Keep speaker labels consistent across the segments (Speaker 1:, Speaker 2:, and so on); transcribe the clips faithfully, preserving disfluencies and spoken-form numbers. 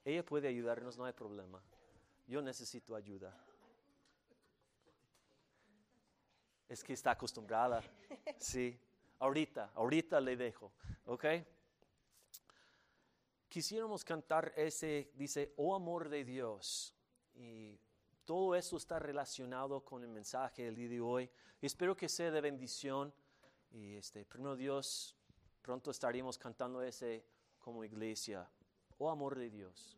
Speaker 1: ella puede ayudarnos, no hay problema. Yo necesito ayuda. Es que está acostumbrada. Sí. Ahorita, ahorita le dejo. ¿Ok? Quisiéramos cantar ese, dice, oh amor de Dios. Y todo eso está relacionado con el mensaje del día de hoy. Espero que sea de bendición. Y este, primero Dios, pronto estaremos cantando ese como iglesia. Oh amor de Dios.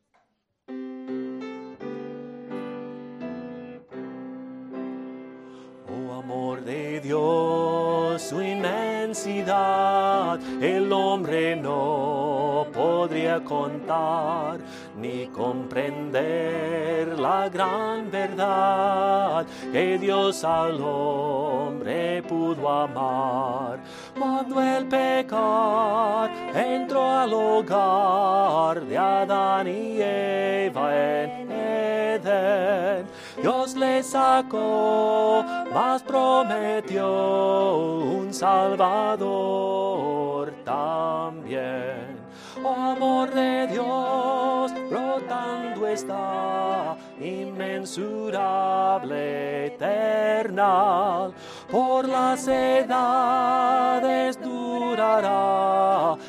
Speaker 1: Oh amor de Dios, su inmensidad, el hombre no podría contar, ni comprender la gran verdad que Dios al hombre pudo amar. Cuando el pecado entró al hogar de Adán y Eva en Edén, Dios le sacó, mas prometió un Salvador también. Oh amor de Dios, brotando está, inmensurable, eternal, por las edades durará,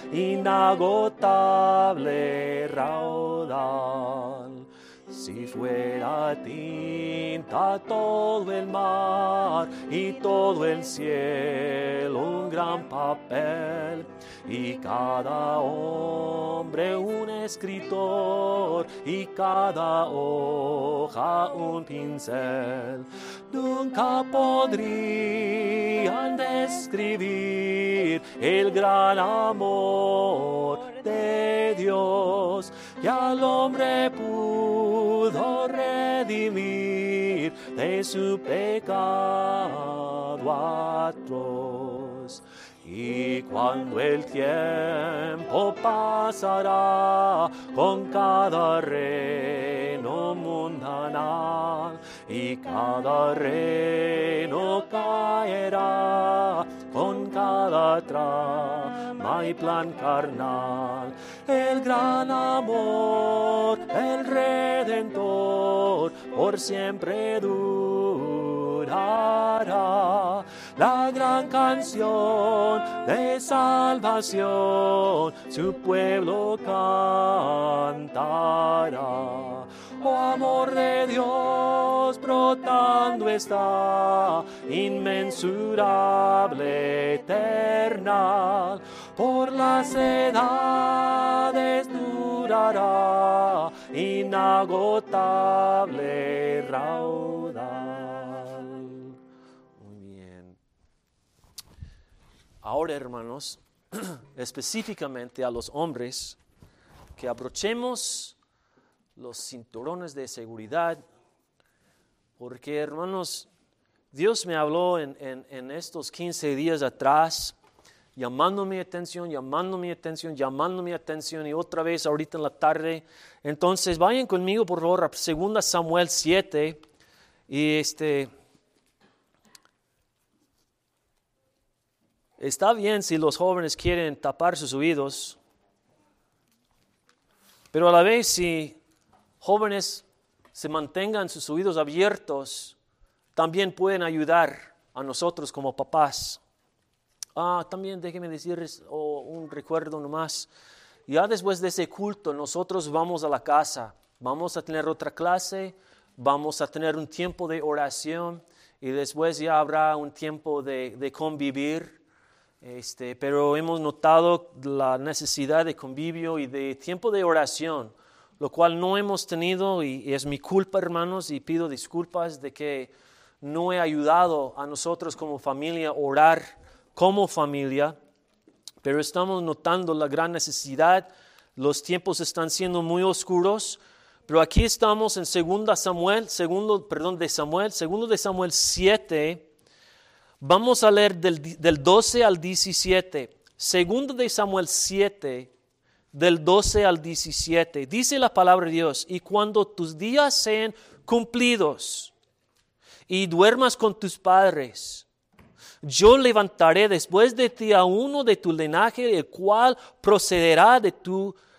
Speaker 1: inagotable raudal. Si fuera tinta todo el mar y todo el cielo un gran papel, y cada hombre un escritor y cada hoja un pincel, nunca podrían describir el gran amor de Dios que al hombre pudo redimir de su pecado atroz. Y cuando el tiempo pasará con cada reino mundanal, y cada reino caerá con cada trama y plan carnal, el gran amor, el Redentor, por siempre durará. La gran canción de salvación su pueblo cantará. Oh amor de Dios, brotando está, inmensurable, eternal, por las edades durará, inagotable raudal. Muy bien. Ahora, hermanos, específicamente a los hombres, que abrochemos los cinturones de seguridad, porque, hermanos, Dios me habló en, en, en estos quince días atrás, llamando mi atención, llamando mi atención, llamando mi atención, y otra vez ahorita en la tarde. Entonces, vayan conmigo, por favor, a Segunda Samuel siete, y este... Está bien si los jóvenes quieren tapar sus oídos, pero a la vez si jóvenes se mantengan sus oídos abiertos, también pueden ayudar a nosotros como papás. Ah, también déjenme decirles oh, un recuerdo nomás. Ya después de ese culto, nosotros vamos a la casa, vamos a tener otra clase, vamos a tener un tiempo de oración y después ya habrá un tiempo de, de convivir. Este, pero hemos notado la necesidad de convivio y de tiempo de oración, lo cual no hemos tenido, y, y es mi culpa, hermanos, y pido disculpas de que no he ayudado a nosotros como familia a orar como familia, pero estamos notando la gran necesidad. Los tiempos están siendo muy oscuros, pero aquí estamos en Segunda Samuel, segundo, perdón, de Samuel, Segundo de Samuel siete. Vamos a leer del, del doce al diecisiete. Segundo de Samuel siete, del doce al diecisiete. Dice la palabra de Dios: y cuando tus días sean cumplidos y duermas con tus padres, yo levantaré después de ti a uno de tu linaje, el cual procederá de tu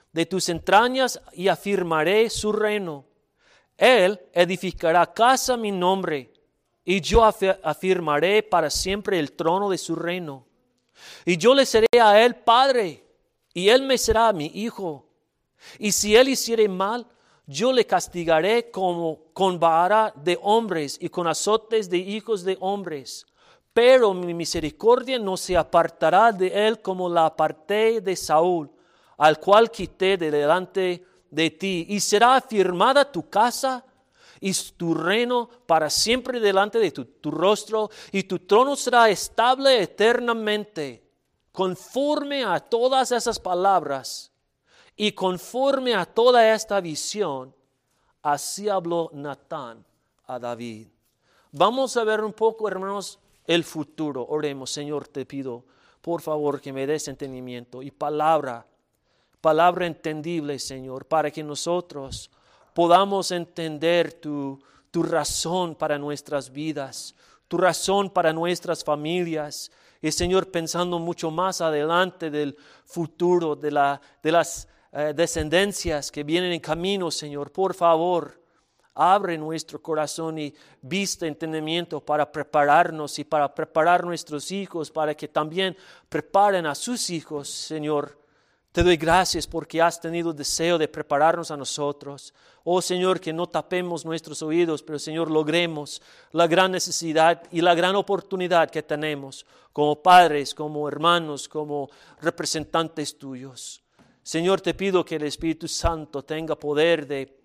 Speaker 1: de tus entrañas y afirmaré su reino. Él edificará casa a mi nombre, y yo afirmaré para siempre el trono de su reino. Y yo le seré a él padre, y él me será mi hijo. Y si él hiciere mal, yo le castigaré como con vara de hombres y con azotes de hijos de hombres. Pero mi misericordia no se apartará de él como la aparté de Saúl, al cual quité de delante de ti. Y será afirmada tu casa y tu reino para siempre delante de tu, tu rostro, y tu trono será estable eternamente. Conforme a todas esas palabras y conforme a toda esta visión, así habló Natán a David. Vamos a ver un poco, hermanos, el futuro. Oremos. Señor, te pido, por favor, que me des entendimiento y palabra, palabra entendible, Señor, para que nosotros podamos entender tu, tu razón para nuestras vidas, tu razón para nuestras familias. Y Señor, pensando mucho más adelante del futuro, de, la, de las eh, descendencias que vienen en camino, Señor, por favor, abre nuestro corazón y vista entendimiento para prepararnos y para preparar nuestros hijos, para que también preparen a sus hijos, Señor. Te doy gracias porque has tenido deseo de prepararnos a nosotros. Oh Señor, que no tapemos nuestros oídos, pero Señor, logremos la gran necesidad y la gran oportunidad que tenemos como padres, como hermanos, como representantes tuyos. Señor, te pido que el Espíritu Santo tenga poder de,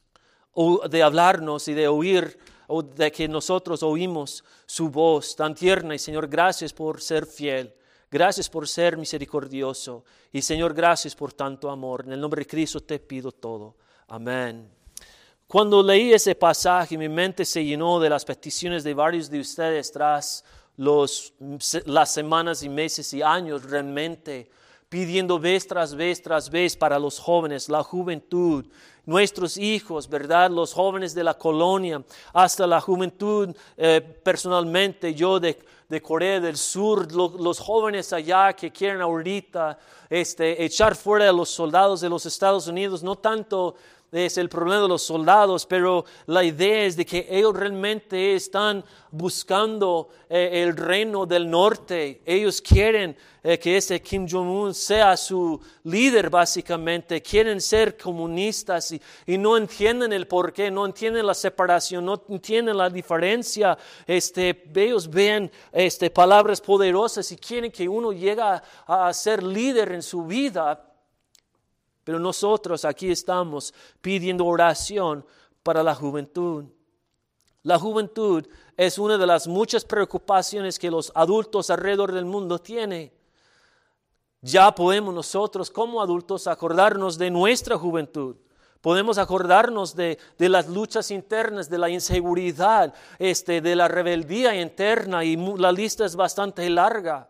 Speaker 1: de hablarnos y de oír, o de que nosotros oímos su voz tan tierna. Y Señor, gracias por ser fiel. Gracias por ser misericordioso. Y Señor, gracias por tanto amor. En el nombre de Cristo te pido todo. Amén. Cuando leí ese pasaje, mi mente se llenó de las peticiones de varios de ustedes tras los, las semanas y meses y años realmente, pidiendo vez tras vez tras vez para los jóvenes, la juventud, nuestros hijos, ¿verdad? Los jóvenes de la colonia, hasta la juventud eh, personalmente, yo de, de Corea del Sur, lo, los jóvenes allá que quieren ahorita este, echar fuera a los soldados de los Estados Unidos, no tanto es el problema de los soldados, pero la idea es de que ellos realmente están buscando eh, el reino del norte. Ellos quieren eh, que ese Kim Jong-un sea su líder básicamente. Quieren ser comunistas y, y no entienden el porqué, no entienden la separación, no entienden la diferencia. Este, ellos ven este, palabras poderosas y quieren que uno llegue a, a ser líder en su vida. Pero nosotros aquí estamos pidiendo oración para la juventud. La juventud es una de las muchas preocupaciones que los adultos alrededor del mundo tienen. Ya podemos nosotros como adultos acordarnos de nuestra juventud. Podemos acordarnos de, de las luchas internas, de la inseguridad, este, de la rebeldía interna, y la lista es bastante larga.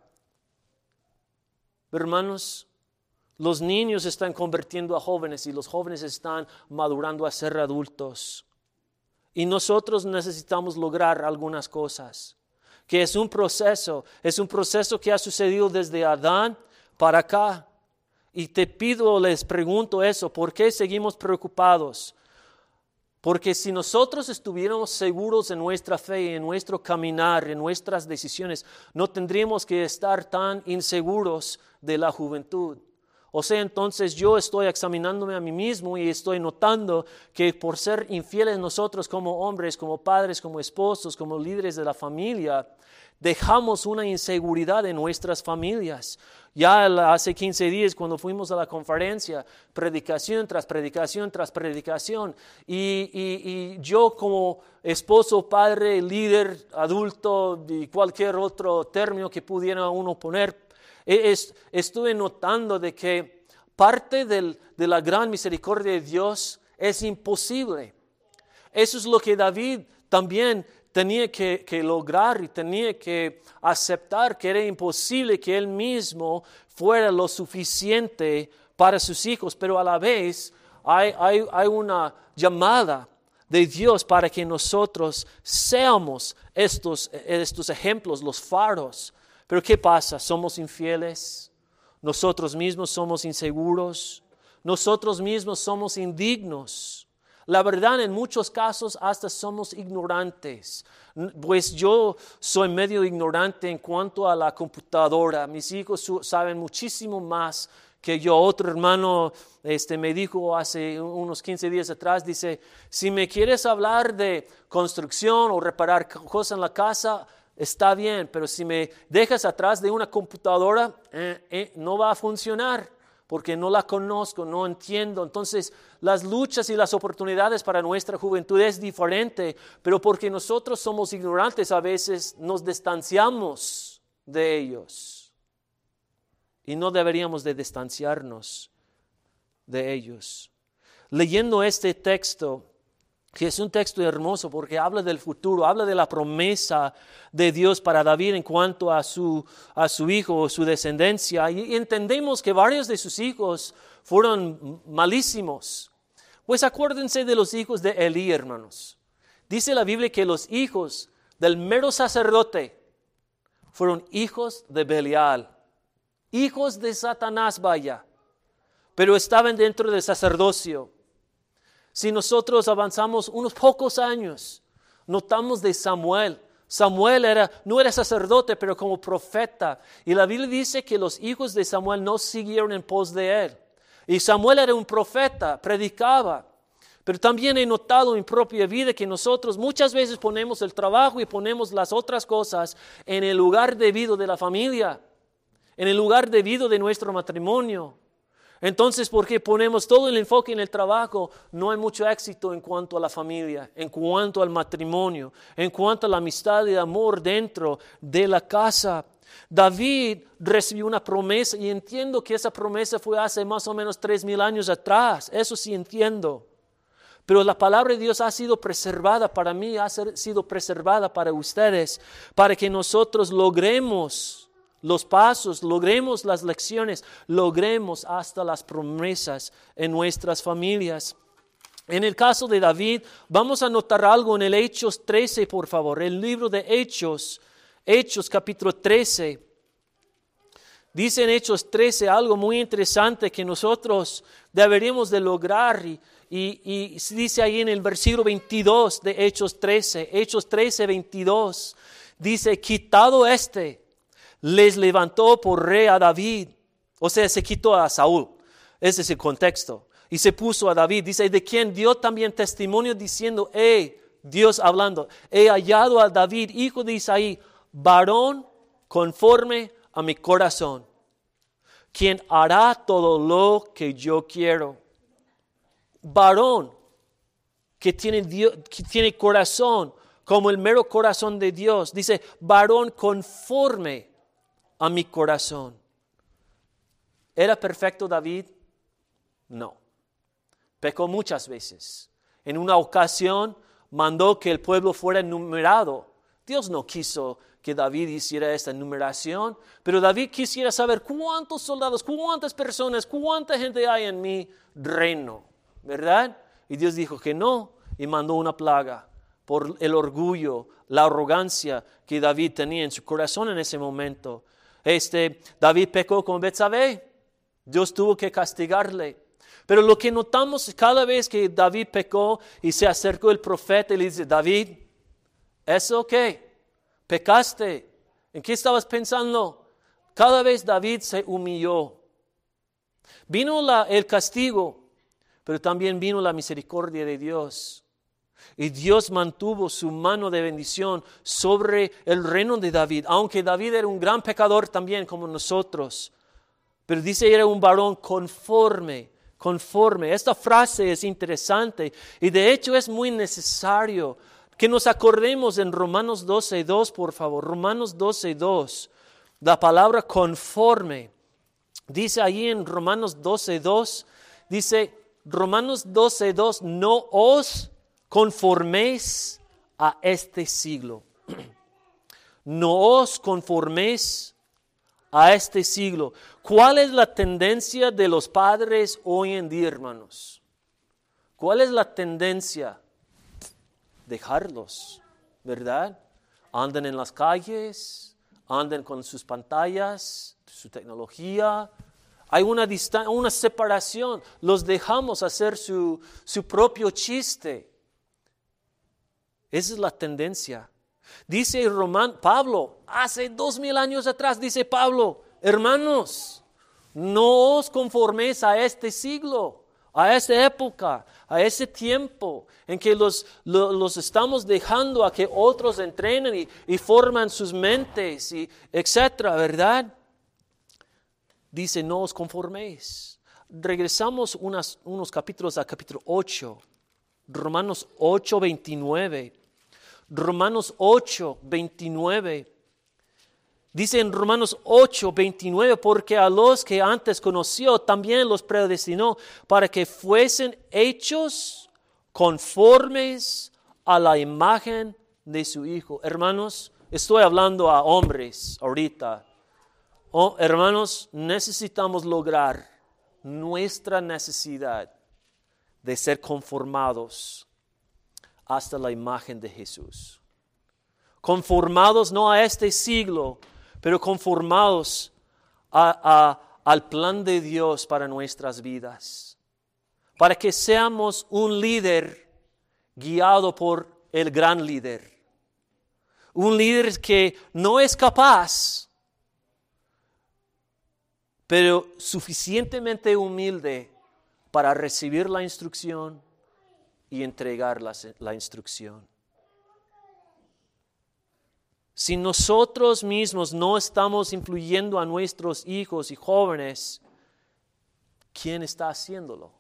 Speaker 1: Hermanos, los niños están convirtiendo a jóvenes y los jóvenes están madurando a ser adultos. Y nosotros necesitamos lograr algunas cosas, que es un proceso, es un proceso que ha sucedido desde Adán para acá. Y te pido, les pregunto eso, ¿por qué seguimos preocupados? Porque si nosotros estuviéramos seguros en nuestra fe, en nuestro caminar, en nuestras decisiones, no tendríamos que estar tan inseguros de la juventud. O sea, entonces yo estoy examinándome a mí mismo y estoy notando que por ser infieles nosotros como hombres, como padres, como esposos, como líderes de la familia, dejamos una inseguridad en nuestras familias. Ya hace quince días cuando fuimos a la conferencia, predicación tras predicación tras predicación, y, y, y yo como esposo, padre, líder, adulto, y cualquier otro término que pudiera uno poner, Es, estuve notando de que parte del, de la gran misericordia de Dios es imposible. Eso es lo que David también tenía que, que lograr y tenía que aceptar, que era imposible que él mismo fuera lo suficiente para sus hijos, pero a la vez hay, hay, hay una llamada de Dios para que nosotros seamos estos, estos ejemplos, los faros. Pero ¿qué pasa? ¿Somos infieles? ¿Nosotros mismos somos inseguros? nosotros mismos somos indignos. La verdad, en muchos casos hasta somos ignorantes. Pues yo soy medio ignorante en cuanto a la computadora. Mis hijos saben muchísimo más que yo. Otro hermano este, me dijo hace unos quince días atrás, dice, si me quieres hablar de construcción o reparar cosas en la casa, está bien, pero si me dejas atrás de una computadora, eh, eh, no va a funcionar, porque no la conozco, no entiendo. Entonces, las luchas y las oportunidades para nuestra juventud es diferente, pero porque nosotros somos ignorantes, a veces nos distanciamos de ellos. Y no deberíamos de distanciarnos de ellos. Leyendo este texto, que es un texto hermoso porque habla del futuro, habla de la promesa de Dios para David en cuanto a su, a su hijo o su descendencia. Y entendemos que varios de sus hijos fueron malísimos. Pues acuérdense de los hijos de Elí, hermanos. Dice la Biblia que los hijos del mero sacerdote fueron hijos de Belial, hijos de Satanás, vaya, pero estaban dentro del sacerdocio. Si nosotros avanzamos unos pocos años, notamos de Samuel. Samuel era, no era sacerdote, pero como profeta. Y la Biblia dice que los hijos de Samuel no siguieron en pos de él. Y Samuel era un profeta, predicaba. Pero también he notado en mi propia vida que nosotros muchas veces ponemos el trabajo y ponemos las otras cosas en el lugar debido de la familia, en el lugar debido de nuestro matrimonio. Entonces, porque ponemos todo el enfoque en el trabajo, no hay mucho éxito en cuanto a la familia, en cuanto al matrimonio, en cuanto a la amistad y amor dentro de la casa. David recibió una promesa y entiendo que esa promesa fue hace más o menos tres mil años atrás. Eso sí entiendo. Pero la palabra de Dios ha sido preservada para mí, ha sido preservada para ustedes, para que nosotros logremos los pasos, logremos las lecciones, logremos hasta las promesas en nuestras familias. En el caso de David, vamos a notar algo en el Hechos trece, por favor. El libro de Hechos, Hechos capítulo trece. Dice en Hechos trece algo muy interesante que nosotros deberíamos de lograr. Y, y, y dice ahí en el versículo veintidós de Hechos trece, Hechos trece, veintidós. Dice, quitado este, les levantó por rey a David. O sea, se quitó a Saúl. Ese es el contexto. Y se puso a David. Dice, de quien dio también testimonio diciendo, he, Dios hablando, he hallado a David, hijo de Isaí, varón conforme a mi corazón, quien hará todo lo que yo quiero. Varón que tiene, Dios, que tiene corazón como el mero corazón de Dios. Dice, varón conforme a mi corazón. ¿Era perfecto David? No. Pecó muchas veces. En una ocasión mandó que el pueblo fuera enumerado. Dios no quiso que David hiciera esta enumeración, pero David quisiera saber cuántos soldados, cuántas personas, cuánta gente hay en mi reino, ¿verdad? Y Dios dijo que no, y mandó una plaga por el orgullo, la arrogancia que David tenía en su corazón en ese momento. Este, David pecó con Betsabé, Dios tuvo que castigarle. Pero lo que notamos cada vez que David pecó y se acercó el profeta y le dice, David, ¿eso qué? ¿Pecaste? ¿En qué estabas pensando? Cada vez David se humilló. Vino la, el castigo, pero también vino la misericordia de Dios. Y Dios mantuvo su mano de bendición sobre el reino de David, aunque David era un gran pecador también como nosotros. Pero dice, era un varón conforme, conforme. Esta frase es interesante y de hecho es muy necesario que nos acordemos en Romanos doce dos, por favor. Romanos doce dos, la palabra conforme. Dice ahí en Romanos doce dos, dice Romanos doce dos, no os conforméis a este siglo. No os conforméis a este siglo. ¿Cuál es la tendencia de los padres hoy en día, hermanos? ¿Cuál es la tendencia? Dejarlos, ¿verdad? Andan en las calles, andan con sus pantallas, su tecnología, Hay una, distan- una separación. Los dejamos hacer su, su propio chiste. Esa es la tendencia. Dice Román, Pablo, hace dos mil años atrás, dice Pablo, hermanos, no os conforméis a este siglo, a esta época, a ese tiempo en que los, los, los estamos dejando a que otros entrenen y, y forman sus mentes, y etcétera, ¿verdad? Dice, no os conforméis. Regresamos unas, unos capítulos al capítulo ocho, Romanos ocho, veintinueve. Romanos ocho, veintinueve. Dice en Romanos ocho, veintinueve, porque a los que antes conoció también los predestinó para que fuesen hechos conformes a la imagen de su Hijo. Hermanos, estoy hablando a hombres ahorita. Oh, hermanos, necesitamos lograr nuestra necesidad de ser conformados hasta la imagen de Jesús. Conformados no a este siglo, pero conformados a, a, al plan de Dios para nuestras vidas. Para que seamos un líder guiado por el gran líder. Un líder que no es capaz, pero suficientemente humilde para recibir la instrucción y entregar la, la instrucción. Si nosotros mismos no estamos influyendo a nuestros hijos y jóvenes, ¿quién está haciéndolo?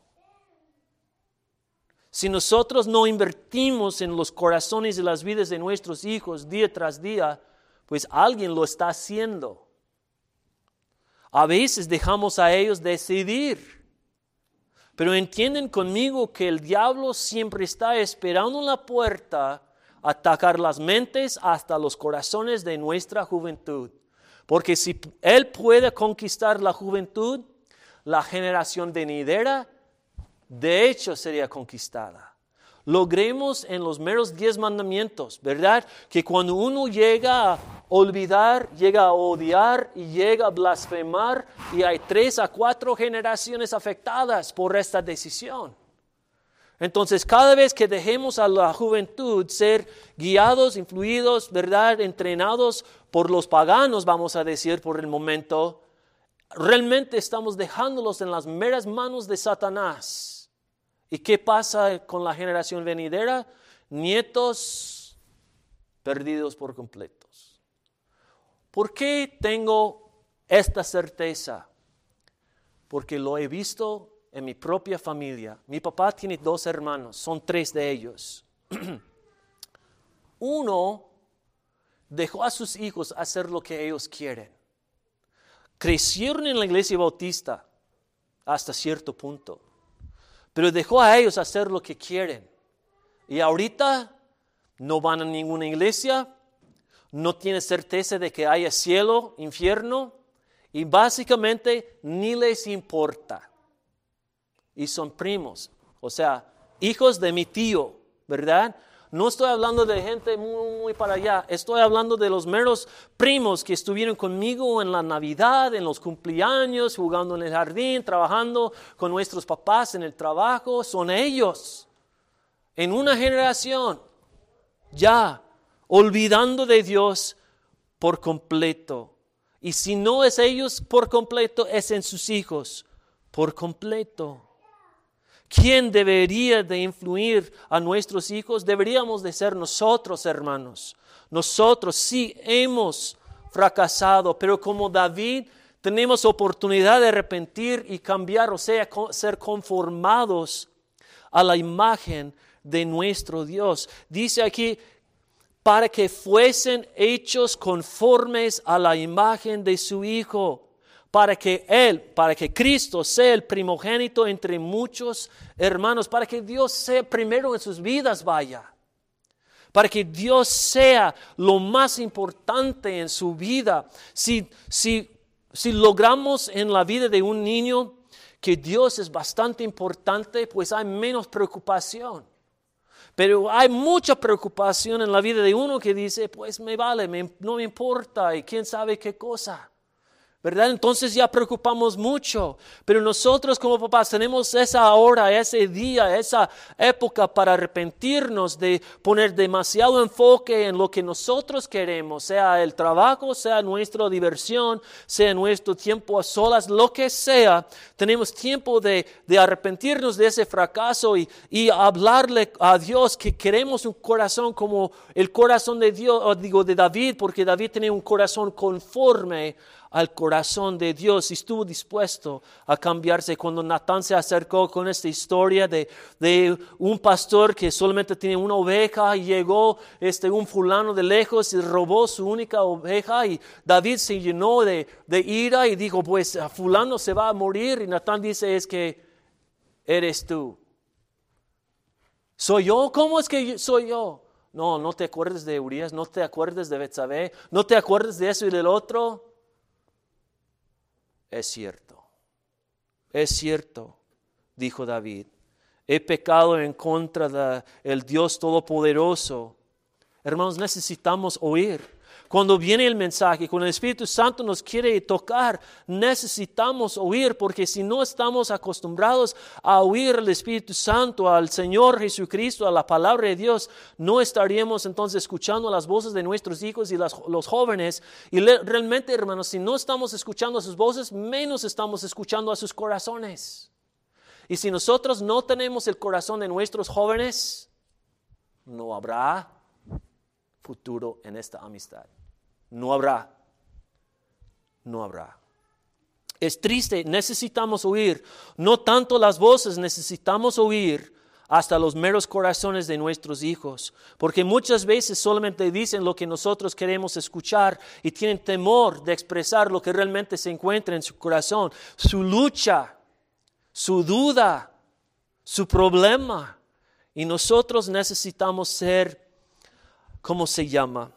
Speaker 1: Si nosotros no invertimos en los corazones y las vidas de nuestros hijos día tras día, pues alguien lo está haciendo. A veces dejamos a ellos decidir. Pero entienden conmigo que el diablo siempre está esperando en la puerta a atacar las mentes hasta los corazones de nuestra juventud. Porque si él puede conquistar la juventud, la generación venidera, de hecho, sería conquistada. Logremos en los meros diez mandamientos, ¿verdad? Que cuando uno llega a olvidar, llega a odiar y llega a blasfemar, y hay tres a cuatro generaciones afectadas por esta decisión. Entonces, cada vez que dejemos a la juventud ser guiados, influidos, ¿verdad? Entrenados por los paganos, vamos a decir por el momento, realmente estamos dejándolos en las meras manos de Satanás. ¿Y qué pasa con la generación venidera? Nietos perdidos por completos. ¿Por qué tengo esta certeza? Porque lo he visto en mi propia familia. Mi papá tiene dos hermanos, son tres de ellos. Uno dejó a sus hijos hacer lo que ellos quieren. Crecieron en la iglesia bautista hasta cierto punto, pero dejó a ellos hacer lo que quieren. Y ahorita no van a ninguna iglesia, no tienen certeza de que haya cielo, infierno, y básicamente ni les importa. Y son primos, o sea, hijos de mi tío, ¿verdad? No estoy hablando de gente muy, muy para allá. Estoy hablando de los meros primos que estuvieron conmigo en la Navidad, en los cumpleaños, jugando en el jardín, trabajando con nuestros papás en el trabajo. Son ellos. En una generación, ya, olvidando de Dios por completo. Y si no es ellos por completo, es en sus hijos por completo. ¿Quién debería de influir a nuestros hijos? Deberíamos de ser nosotros, hermanos. Nosotros sí hemos fracasado, pero como David tenemos oportunidad de arrepentir y cambiar, o sea, ser conformados a la imagen de nuestro Dios. Dice aquí, para que fuesen hechos conformes a la imagen de su Hijo. Para que Él, para que Cristo sea el primogénito entre muchos hermanos, para que Dios sea primero en sus vidas, vaya. Para que Dios sea lo más importante en su vida. Si, si, si logramos en la vida de un niño que Dios es bastante importante, pues hay menos preocupación. Pero hay mucha preocupación en la vida de uno que dice, pues me vale, me, no me importa y quién sabe qué cosa. ¿verdad? Entonces ya preocupamos mucho, pero nosotros como papás tenemos esa hora, ese día, esa época para arrepentirnos de poner demasiado enfoque en lo que nosotros queremos, sea el trabajo, sea nuestra diversión, sea nuestro tiempo a solas, lo que sea. Tenemos tiempo de, de arrepentirnos de ese fracaso y, y hablarle a Dios que queremos un corazón como el corazón de Dios, digo de David, porque David tenía un corazón conforme al corazón de Dios y estuvo dispuesto a cambiarse. Cuando Natán se acercó con esta historia de, de un pastor que solamente tenía una oveja y llegó este, un fulano de lejos y robó su única oveja, y David se llenó de, de ira y dijo, pues fulano se va a morir, y Natán dice, es que eres tú. ¿Soy yo? ¿Cómo es que soy yo? No, no te acuerdas de Urías, no te acuerdas de Betsabé, no te acuerdas de eso y del otro. Es cierto, es cierto, dijo David. He pecado en contra del Dios Todopoderoso. Hermanos, necesitamos oír. Cuando viene el mensaje, cuando el Espíritu Santo nos quiere tocar, necesitamos oír, porque si no estamos acostumbrados a oír al Espíritu Santo, al Señor Jesucristo, a la palabra de Dios, no estaríamos entonces escuchando las voces de nuestros hijos y las, los jóvenes. Y le, realmente, hermanos, si no estamos escuchando a sus voces, menos estamos escuchando a sus corazones. Y si nosotros no tenemos el corazón de nuestros jóvenes, no habrá futuro en esta amistad. No habrá. No habrá. Es triste, necesitamos oír. No tanto las voces, necesitamos oír hasta los meros corazones de nuestros hijos. Porque muchas veces solamente dicen lo que nosotros queremos escuchar y tienen temor de expresar lo que realmente se encuentra en su corazón. Su lucha, su duda, su problema. Y nosotros necesitamos ser, ¿cómo se llama?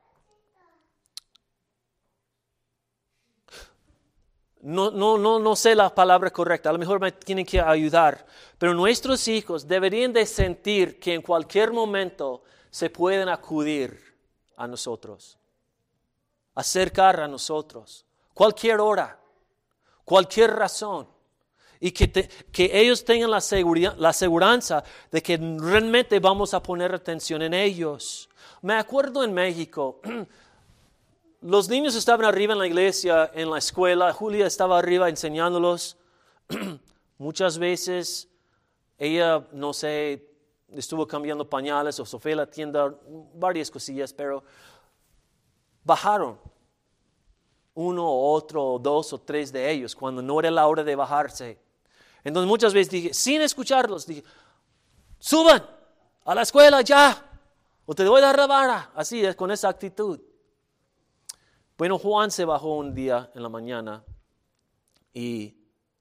Speaker 1: No, no, no, no sé la palabra correcta, a lo mejor me tienen que ayudar, pero nuestros hijos deberían de sentir que en cualquier momento se pueden acudir a nosotros, acercar a nosotros, cualquier hora, cualquier razón, y que, te, que ellos tengan la seguridad, la seguranza de que realmente vamos a poner atención en ellos. Me acuerdo en México, los niños estaban arriba en la iglesia, en la escuela. Julia estaba arriba enseñándolos. Muchas veces ella, no sé, estuvo cambiando pañales o se fue a la tienda, varias cosillas, pero bajaron. Uno o otro, o dos o tres de ellos, cuando no era la hora de bajarse. Entonces muchas veces dije, sin escucharlos, dije, suban a la escuela ya, o te voy a dar la vara. Así es, con esa actitud. Bueno, Juan se bajó un día en la mañana y,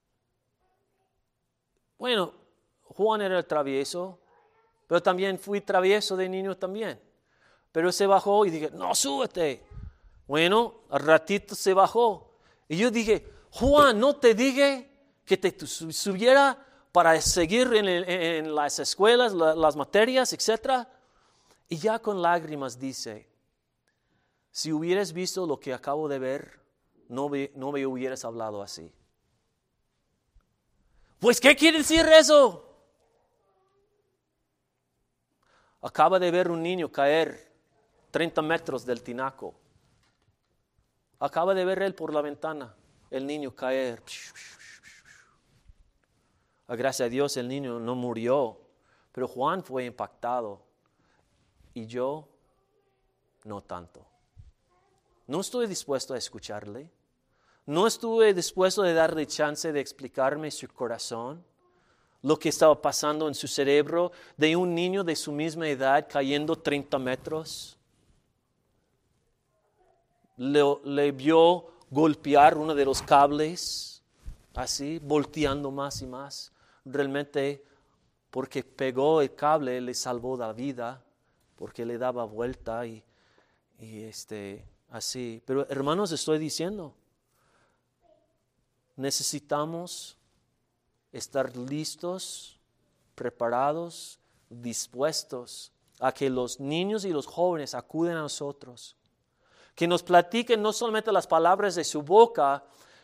Speaker 1: bueno, Juan era travieso, pero también fui travieso de niño también. Pero se bajó y dije, no, súbete. Bueno, al ratito se bajó. Y yo dije, Juan, ¿no te dije que te subiera para seguir en, el, en las escuelas, la, las materias, etcétera? Y ya con lágrimas dice, si hubieras visto lo que acabo de ver, no me, no me hubieras hablado así. Pues, ¿qué quiere decir eso? Acaba de ver un niño caer treinta metros del tinaco. Acaba de ver él por la ventana, el niño caer. Gracias a Dios el niño no murió, pero Juan fue impactado. Y yo, no tanto. No estoy dispuesto a escucharle. No estuve dispuesto a darle chance de explicarme su corazón, lo que estaba pasando en su cerebro de un niño de su misma edad cayendo treinta metros. Le, le vio golpear uno de los cables, así, volteando más y más. Realmente, porque pegó el cable, le salvó la vida, porque le daba vuelta y, y este... así. Pero hermanos, estoy diciendo, necesitamos estar listos, preparados, dispuestos a que los niños y los jóvenes acuden a nosotros. que nos platiquen no solamente las palabras de su boca,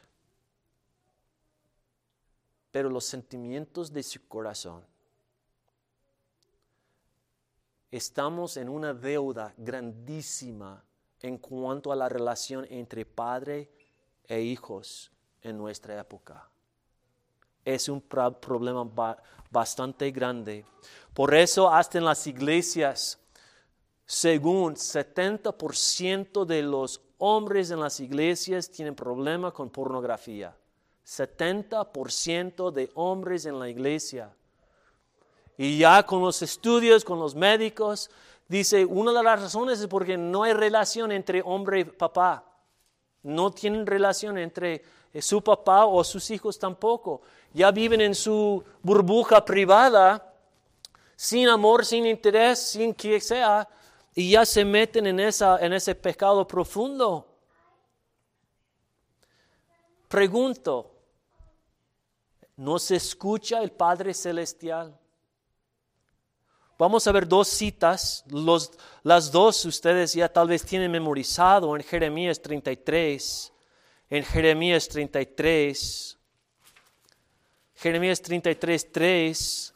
Speaker 1: pero los sentimientos de su corazón. Estamos en una deuda grandísima en cuanto a la relación entre padre e hijos en nuestra época. Es un pro- problema ba- bastante grande. Por eso hasta en las iglesias, según setenta por ciento de los hombres en las iglesias tienen problema con pornografía. setenta por ciento de hombres en la iglesia. Y ya con los estudios, con los médicos, dice, una de las razones es porque no hay relación entre hombre y papá. No tienen relación entre su papá o sus hijos tampoco. Ya viven en su burbuja privada, sin amor, sin interés, sin que sea, y ya se meten en, esa, en ese pecado profundo. Pregunto, ¿no se escucha el Padre Celestial? Vamos a ver dos citas, los, las dos ustedes ya tal vez tienen memorizado en Jeremías treinta y tres. En Jeremías treinta y tres. Jeremías treinta y tres, tres.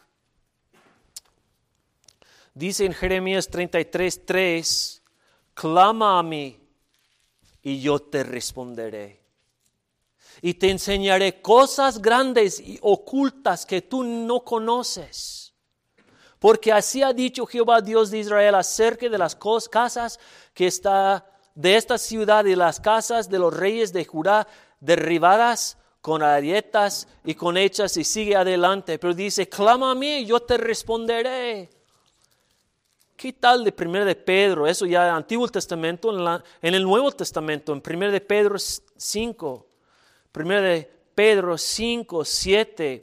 Speaker 1: Dice en Jeremías treinta y tres, tres, clama a mí y yo te responderé. Y te enseñaré cosas grandes y ocultas que tú no conoces. Porque así ha dicho Jehová Dios de Israel acerca de las casas que está de esta ciudad y las casas de los reyes de Judá derribadas con arietas y con hechas, y sigue adelante. Pero dice, clama a mí y yo te responderé. ¿Qué tal de primero de Pedro? Eso ya en el Antiguo Testamento, en, la, en el Nuevo Testamento, en primero de Pedro cinco. primero de Pedro cinco, siete.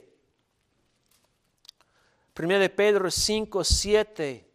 Speaker 1: primero de Pedro cinco, siete.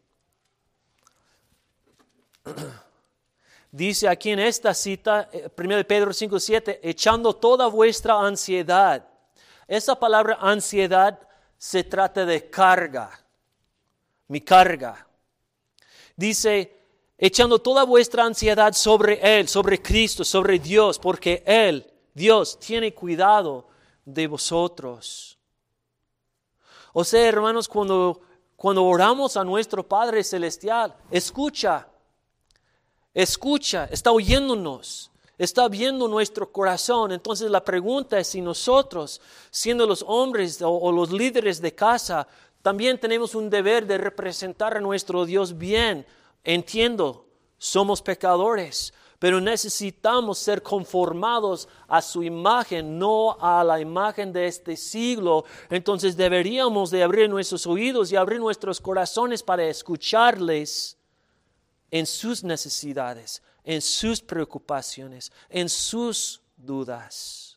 Speaker 1: Dice aquí en esta cita, primero de Pedro cinco, siete, echando toda vuestra ansiedad. Esa palabra ansiedad se trata de carga, mi carga. Dice, echando toda vuestra ansiedad sobre Él, sobre Cristo, sobre Dios, porque Él, Dios, tiene cuidado de vosotros. O sea, hermanos, cuando, cuando oramos a nuestro Padre Celestial, escucha, escucha, está oyéndonos, está viendo nuestro corazón. Entonces la pregunta es si nosotros, siendo los hombres o, o los líderes de casa, también tenemos un deber de representar a nuestro Dios bien. Entiendo, somos pecadores, pero necesitamos ser conformados a su imagen, no a la imagen de este siglo. Entonces deberíamos de abrir nuestros oídos y abrir nuestros corazones para escucharles en sus necesidades, en sus preocupaciones, en sus dudas.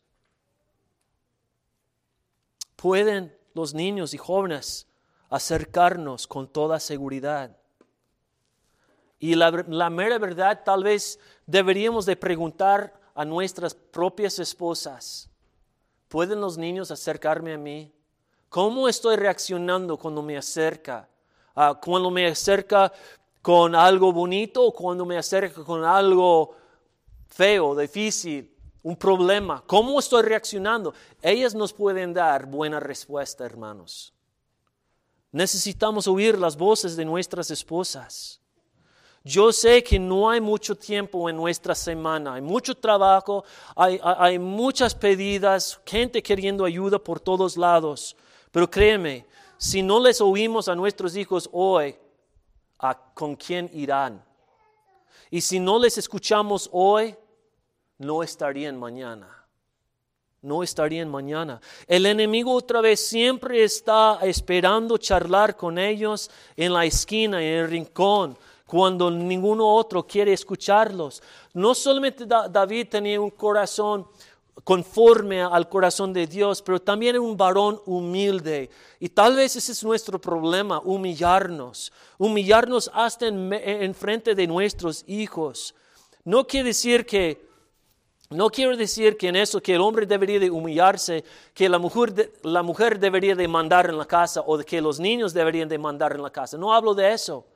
Speaker 1: Pueden los niños y jóvenes acercarnos con toda seguridad. Y la, la mera verdad, tal vez deberíamos de preguntar a nuestras propias esposas, ¿pueden los niños acercarme a mí? ¿Cómo estoy reaccionando cuando me acerca? Uh, cuando me acerca con algo bonito o cuando me acerca con algo feo, difícil, un problema. ¿Cómo estoy reaccionando? Ellas nos pueden dar buena respuesta, hermanos. Necesitamos oír las voces de nuestras esposas. Yo sé que no hay mucho tiempo en nuestra semana, hay mucho trabajo, hay, hay, hay muchas pedidas, gente queriendo ayuda por todos lados. Pero créeme, si no les oímos a nuestros hijos hoy, ¿a con quién irán? Y si no les escuchamos hoy, no estarían mañana. No estarían mañana. El enemigo otra vez siempre está esperando charlar con ellos en la esquina, en el rincón, cuando ninguno otro quiere escucharlos. No solamente David tenía un corazón conforme al corazón de Dios, pero también era un varón humilde. Y tal vez ese es nuestro problema, humillarnos. Humillarnos hasta en, en frente de nuestros hijos. No quiere decir que, no quiero decir que en eso que el hombre debería de humillarse, que la mujer, de, la mujer debería de mandar en la casa o que los niños deberían de mandar en la casa. No hablo de eso.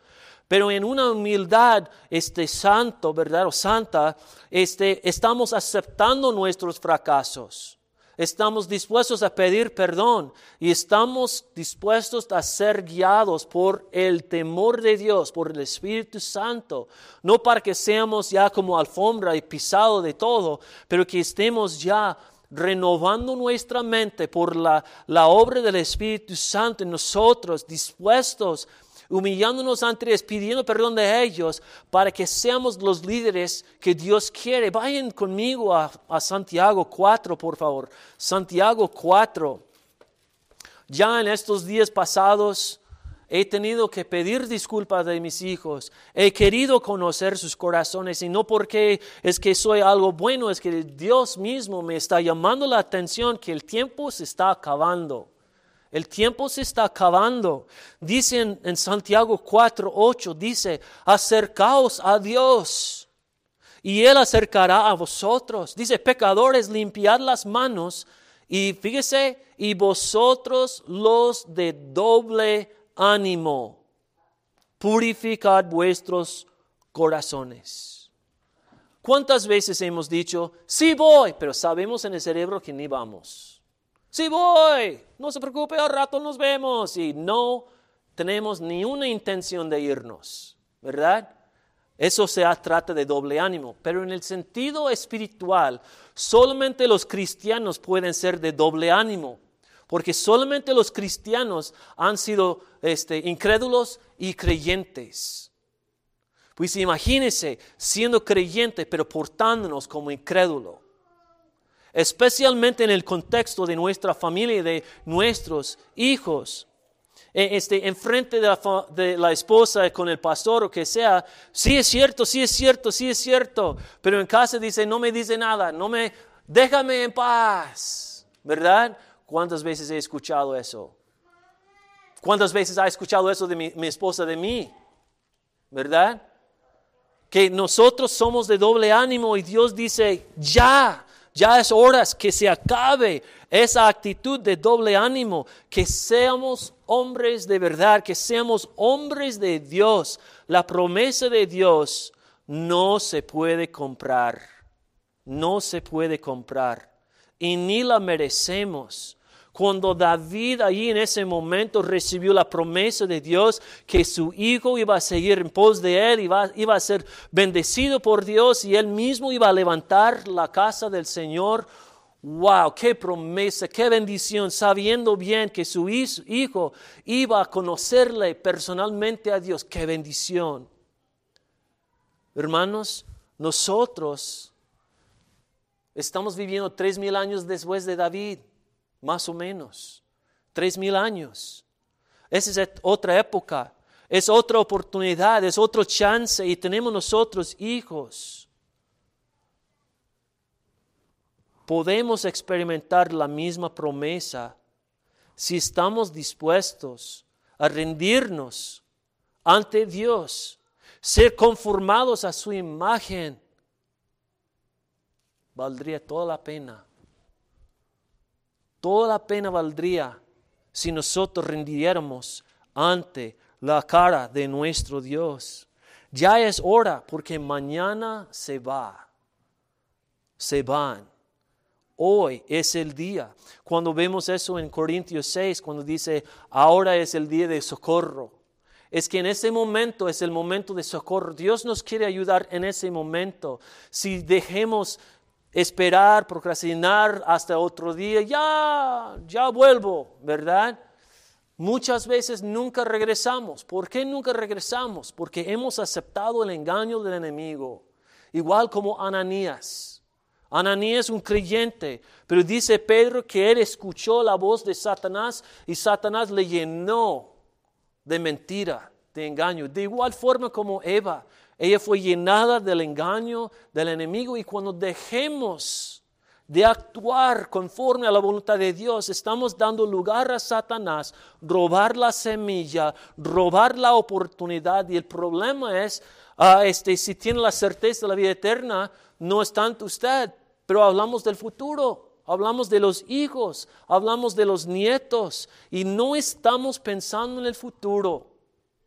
Speaker 1: Pero en una humildad este, santo, ¿verdad? O santa, este, estamos aceptando nuestros fracasos. Estamos dispuestos a pedir perdón y estamos dispuestos a ser guiados por el temor de Dios, por el Espíritu Santo. No para que seamos ya como alfombra y pisado de todo, pero que estemos ya renovando nuestra mente por la, la obra del Espíritu Santo en nosotros, dispuestos, humillándonos ante Dios, pidiendo perdón de ellos, para que seamos los líderes que Dios quiere. Vayan conmigo a, a Santiago cuatro, por favor. Santiago cuatro. Ya en estos días pasados he tenido que pedir disculpas de mis hijos. He querido conocer sus corazones y no porque es que soy algo bueno, es que Dios mismo me está llamando la atención que el tiempo se está acabando. El tiempo se está acabando. Dice en, en Santiago cuatro, ocho, dice, acercaos a Dios y Él acercará a vosotros. Dice, pecadores, limpiad las manos y fíjese, y vosotros los de doble ánimo, purificad vuestros corazones. ¿Cuántas veces hemos dicho, sí voy, pero sabemos en el cerebro que ni vamos? Sí voy, no se preocupe, al rato nos vemos. Y no tenemos ni una intención de irnos, ¿verdad? Eso se trata de doble ánimo. Pero en el sentido espiritual, solamente los cristianos pueden ser de doble ánimo. Porque solamente los cristianos han sido este, incrédulos y creyentes. Pues imagínense siendo creyente pero portándonos como incrédulo. Especialmente en el contexto de nuestra familia y de nuestros hijos. Este, enfrente de la, de la esposa con el pastor o que sea, sí es cierto, sí es cierto, sí es cierto. Pero en casa dice, no me dice nada, no me, déjame en paz, ¿verdad? ¿Cuántas veces he escuchado eso? ¿Cuántas veces ha escuchado eso de mi, mi esposa de mí? ¿Verdad? Que nosotros somos de doble ánimo y Dios dice, ya, ya es hora que se acabe esa actitud de doble ánimo, que seamos hombres de verdad, que seamos hombres de Dios. La promesa de Dios no se puede comprar, no se puede comprar y ni la merecemos. Cuando David allí en ese momento recibió la promesa de Dios que su hijo iba a seguir en pos de él, iba, iba a ser bendecido por Dios y él mismo iba a levantar la casa del Señor. ¡Wow! ¡Qué promesa! ¡Qué bendición! Sabiendo bien que su hijo iba a conocerle personalmente a Dios. ¡Qué bendición! Hermanos, nosotros estamos viviendo tres mil años después de David. Más o menos, tres mil años. Esa es otra época, es otra oportunidad, es otro chance y tenemos nosotros hijos. Podemos experimentar la misma promesa si estamos dispuestos a rendirnos ante Dios, ser conformados a su imagen. Valdría toda la pena. Toda la pena valdría si nosotros rendiéramos ante la cara de nuestro Dios. Ya es hora porque mañana se va. Se van. Hoy es el día. Cuando vemos eso en Corintios seis, cuando dice, ahora es el día de socorro. Es que en ese momento es el momento de socorro. Dios nos quiere ayudar en ese momento. Si dejemos esperar, procrastinar hasta otro día, ya, ya vuelvo, ¿verdad? Muchas veces nunca regresamos. ¿Por qué nunca regresamos? Porque hemos aceptado el engaño del enemigo. Igual como Ananías. Ananías un creyente, pero dice Pedro que él escuchó la voz de Satanás y Satanás le llenó de mentira, de engaño. De igual forma como Eva. Ella fue llenada del engaño del enemigo y cuando dejemos de actuar conforme a la voluntad de Dios, estamos dando lugar a Satanás, robar la semilla, robar la oportunidad. Y el problema es, uh, este, si tiene la certeza de la vida eterna, no es tanto usted, pero hablamos del futuro. Hablamos de los hijos, hablamos de los nietos y no estamos pensando en el futuro.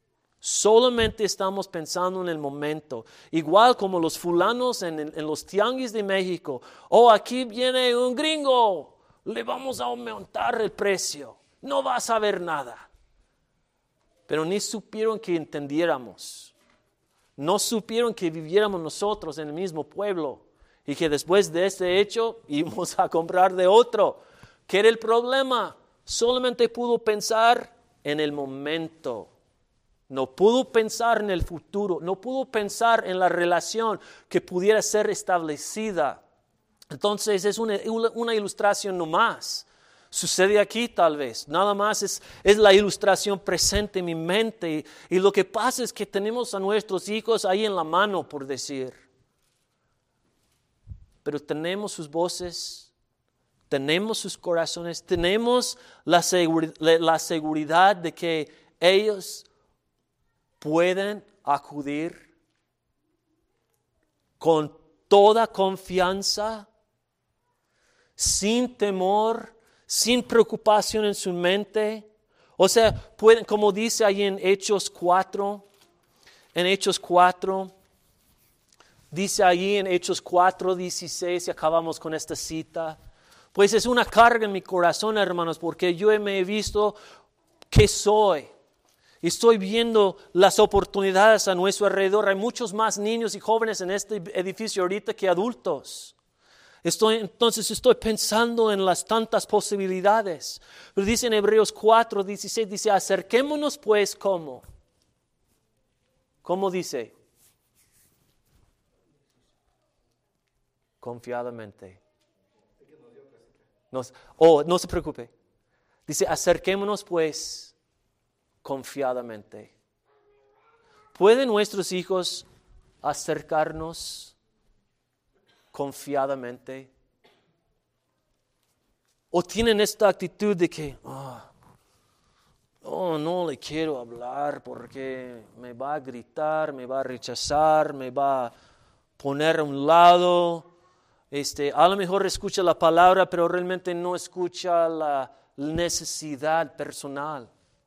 Speaker 1: Solamente estamos pensando en el momento. Igual como los fulanos en, en, en los tianguis de México. Oh, aquí viene un gringo. Le vamos a aumentar el precio. No va a saber nada. Pero ni supieron que entendiéramos. No supieron que viviéramos nosotros en el mismo pueblo. Y que después de este hecho íbamos a comprar de otro. ¿Qué era el problema? Solamente pudo pensar en el momento. No pudo pensar en el futuro, no pudo pensar en la relación que pudiera ser establecida. Entonces es una, una ilustración nomás. Sucede aquí tal vez, nada más es, es la ilustración presente en mi mente. Y, y lo que pasa es que tenemos a nuestros hijos ahí en la mano, por decir. Pero tenemos sus voces, tenemos sus corazones, tenemos la, seguri- la seguridad de que ellos pueden acudir con toda confianza, sin temor, sin preocupación en su mente. O sea, pueden, como dice ahí en Hechos cuatro, en Hechos cuatro, dice ahí en Hechos cuatro, dieciséis, y acabamos con esta cita. Pues es una carga en mi corazón, hermanos, porque yo me he visto que soy. Estoy viendo las oportunidades a nuestro alrededor. Hay muchos más niños y jóvenes en este edificio ahorita que adultos. Estoy, entonces estoy pensando en las tantas posibilidades. Pero dice en Hebreos cuatro, dieciséis, dice, acerquémonos pues, ¿cómo? ¿Cómo dice? Confiadamente. No, oh, no se preocupe. Dice, acerquémonos pues confiadamente. ¿Pueden nuestros hijos acercarnos confiadamente? ¿O tienen esta actitud de que, oh, oh, no le quiero hablar porque me va a gritar, me va a rechazar, me va a poner a un lado? Este, a lo mejor escucha la palabra, pero realmente no escucha la necesidad personal.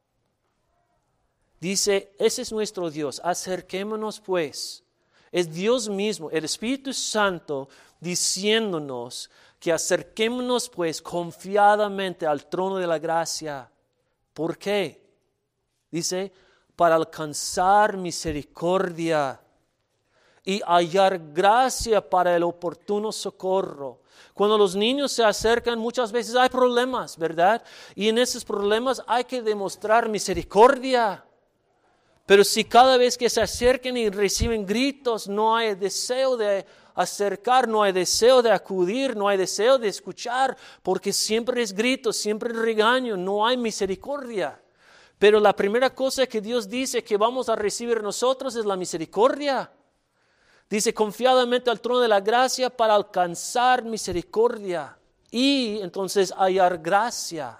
Speaker 1: Dice, ese es nuestro Dios, acerquémonos pues. Es Dios mismo, el Espíritu Santo, diciéndonos que acerquémonos pues confiadamente al trono de la gracia. ¿Por qué? Dice, para alcanzar misericordia y hallar gracia para el oportuno socorro. Cuando los niños se acercan, muchas veces hay problemas, ¿verdad? Y en esos problemas hay que demostrar misericordia. Pero si cada vez que se acerquen y reciben gritos, no hay deseo de acercar, no hay deseo de acudir, no hay deseo de escuchar, porque siempre es grito, siempre es regaño, no hay misericordia. Pero la primera cosa que Dios dice que vamos a recibir nosotros es la misericordia. Dice, confiadamente al trono de la gracia para alcanzar misericordia y entonces hallar gracia.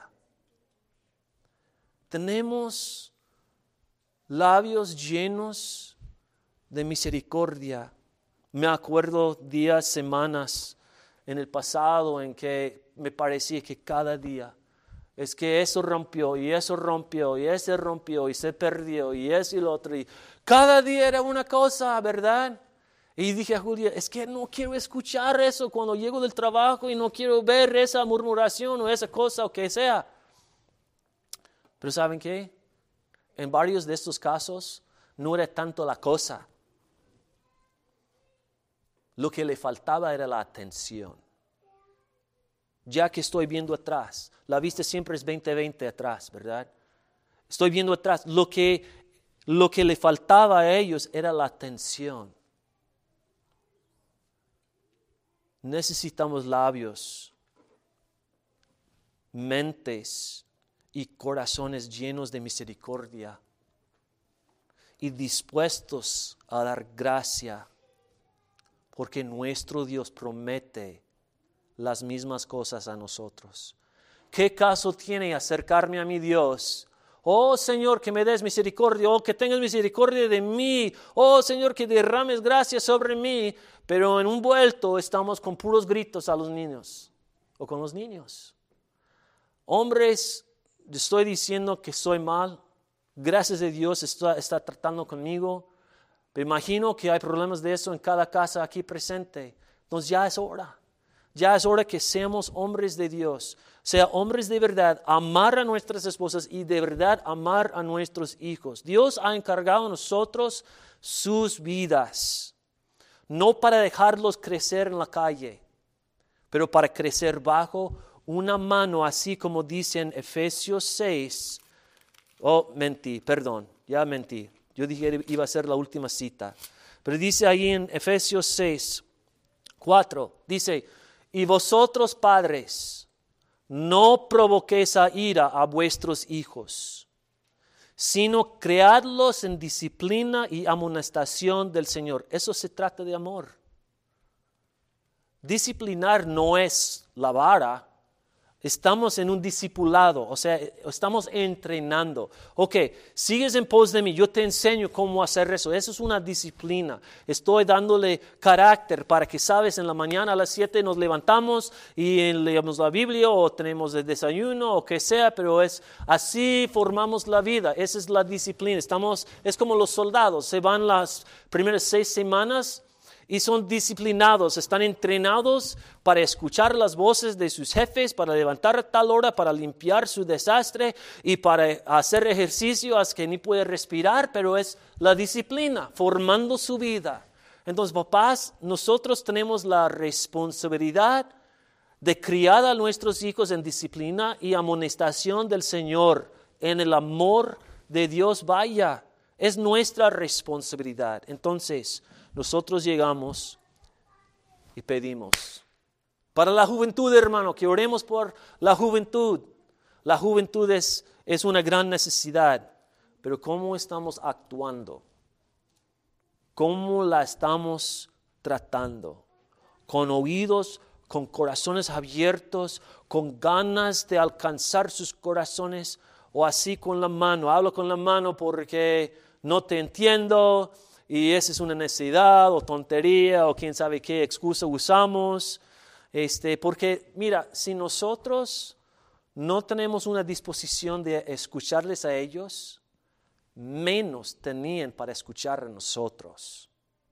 Speaker 1: Tenemos labios llenos de misericordia. Me acuerdo días, semanas en el pasado en que me parecía que cada día es que eso rompió y eso rompió y ese rompió y se perdió y eso y lo otro. Y cada día era una cosa, ¿verdad? Y dije a Julia, es que no quiero escuchar eso cuando llego del trabajo y no quiero ver esa murmuración o esa cosa o que sea. Pero ¿saben qué? En varios de estos casos no era tanto la cosa. Lo que le faltaba era la atención. Ya que estoy viendo atrás, la vista siempre es veinte veinte atrás, ¿verdad? Estoy viendo atrás. Lo que, lo que le faltaba a ellos era la atención. Necesitamos labios, mentes y corazones llenos de misericordia y dispuestos a dar gracia, porque nuestro Dios promete las mismas cosas a nosotros. ¿Qué caso tiene acercarme a mi Dios? Oh Señor, que me des misericordia, oh que tengas misericordia de mí, oh Señor, que derrames gracia sobre mí, pero en un vuelto estamos con puros gritos a los niños o con los niños. Hombres, estoy diciendo que soy mal, Gracias a Dios está, está tratando conmigo. Me imagino que hay problemas de eso en cada casa aquí presente. Entonces ya es hora. Ya es hora que seamos hombres de Dios. Sea hombres de verdad, amar a nuestras esposas y de verdad amar a nuestros hijos. Dios ha encargado a nosotros sus vidas. No para dejarlos crecer en la calle, pero para crecer bajo una mano, así como dice en Efesios seis. Oh, mentí, perdón, ya mentí. Yo dije que iba a ser la última cita. Pero dice ahí en Efesios seis, cuatro, dice, y vosotros padres, no provoquéis a ira a vuestros hijos, sino criadlos en disciplina y amonestación del Señor. Eso se trata de amor. Disciplinar no es la vara. Estamos en un discipulado, o sea, estamos entrenando. Ok, sigues en pos de mí, yo te enseño cómo hacer eso. Eso es una disciplina. Estoy dándole carácter para que, sabes, en la mañana a las siete nos levantamos y leemos la Biblia o tenemos el desayuno o que sea, pero es así formamos la vida. Esa es la disciplina. Estamos, es como los soldados, se van las primeras seis semanas y son disciplinados, están entrenados para escuchar las voces de sus jefes, para levantar a tal hora, para limpiar su desastre y para hacer ejercicio hasta que ni puede respirar, pero es la disciplina, formando su vida. Entonces, papás, nosotros tenemos la responsabilidad de criar a nuestros hijos en disciplina y amonestación del Señor, en el amor de Dios. Vaya, es nuestra responsabilidad. Entonces, nosotros llegamos y pedimos. Para la juventud, hermano, que oremos por la juventud. La juventud es, es una gran necesidad. Pero ¿cómo estamos actuando? ¿Cómo la estamos tratando? Con oídos, con corazones abiertos, con ganas de alcanzar sus corazones, o así con la mano. Hablo con la mano porque no te entiendo. Y esa es una necesidad o tontería o quién sabe qué excusa usamos. Este, porque mira, si nosotros no tenemos una disposición de escucharles a ellos, menos tenían para escuchar a nosotros.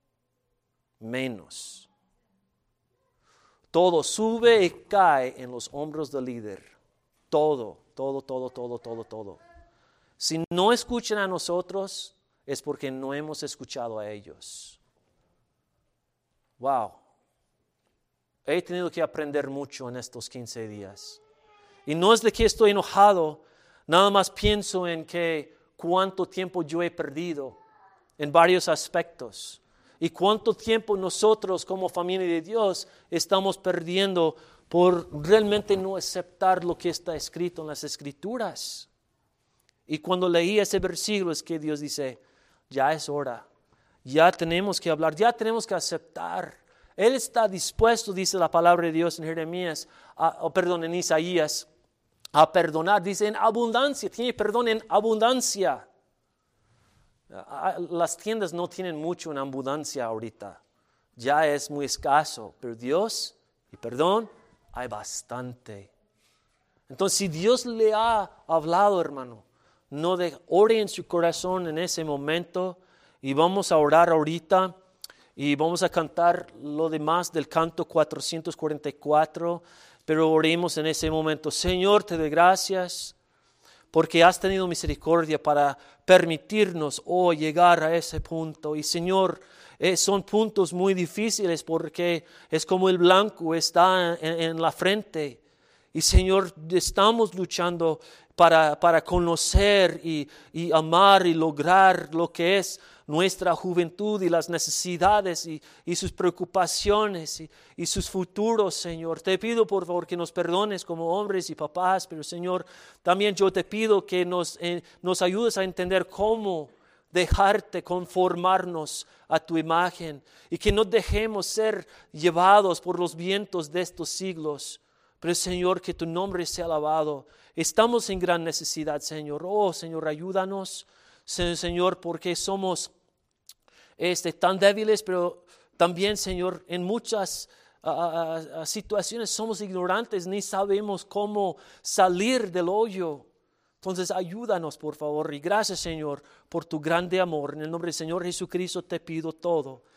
Speaker 1: Menos. Todo sube y cae en los hombros del líder. Todo, todo, todo, todo, todo, todo. Si no escuchan a nosotros, es porque no hemos escuchado a ellos. Wow. He tenido que aprender mucho en estos quince días. Y no es de que estoy enojado, nada más pienso en que cuánto tiempo yo he perdido en varios aspectos. Y cuánto tiempo nosotros como familia de Dios estamos perdiendo por realmente no aceptar lo que está escrito en las Escrituras. Y cuando leí ese versículo es que Dios dice, ya es hora, ya tenemos que hablar, ya tenemos que aceptar. Él está dispuesto, dice la palabra de Dios en Jeremías, a, oh, perdón, en Isaías, a perdonar. Dice en abundancia, tiene perdón en abundancia. Las tiendas no tienen mucho en abundancia ahorita, ya es muy escaso, pero Dios y perdón hay bastante. Entonces, si Dios le ha hablado, hermano, no de, ore en su corazón en ese momento y vamos a orar ahorita y vamos a cantar lo demás del canto cuatrocientos cuarenta y cuatro, pero oremos en ese momento. Señor, te doy gracias porque has tenido misericordia para permitirnos hoy llegar a ese punto. Y Señor, eh, son puntos muy difíciles porque es como el blanco está en, en la frente. Y Señor, estamos luchando para, para conocer y, y amar y lograr lo que es nuestra juventud y las necesidades y, y sus preocupaciones y, y sus futuros, Señor. Te pido por favor que nos perdones como hombres y papás, pero Señor, también yo te pido que nos, eh, nos ayudes a entender cómo dejarte conformarnos a tu imagen y que no dejemos ser llevados por los vientos de estos siglos. Pero Señor, que tu nombre sea alabado. Estamos en gran necesidad, Señor. Oh, Señor, ayúdanos, Señor, porque somos este, tan débiles, pero también, Señor, en muchas uh, uh, situaciones somos ignorantes, ni sabemos cómo salir del hoyo. Entonces ayúdanos, por favor, y gracias, Señor, por tu grande amor. En el nombre del Señor Jesucristo te pido todo.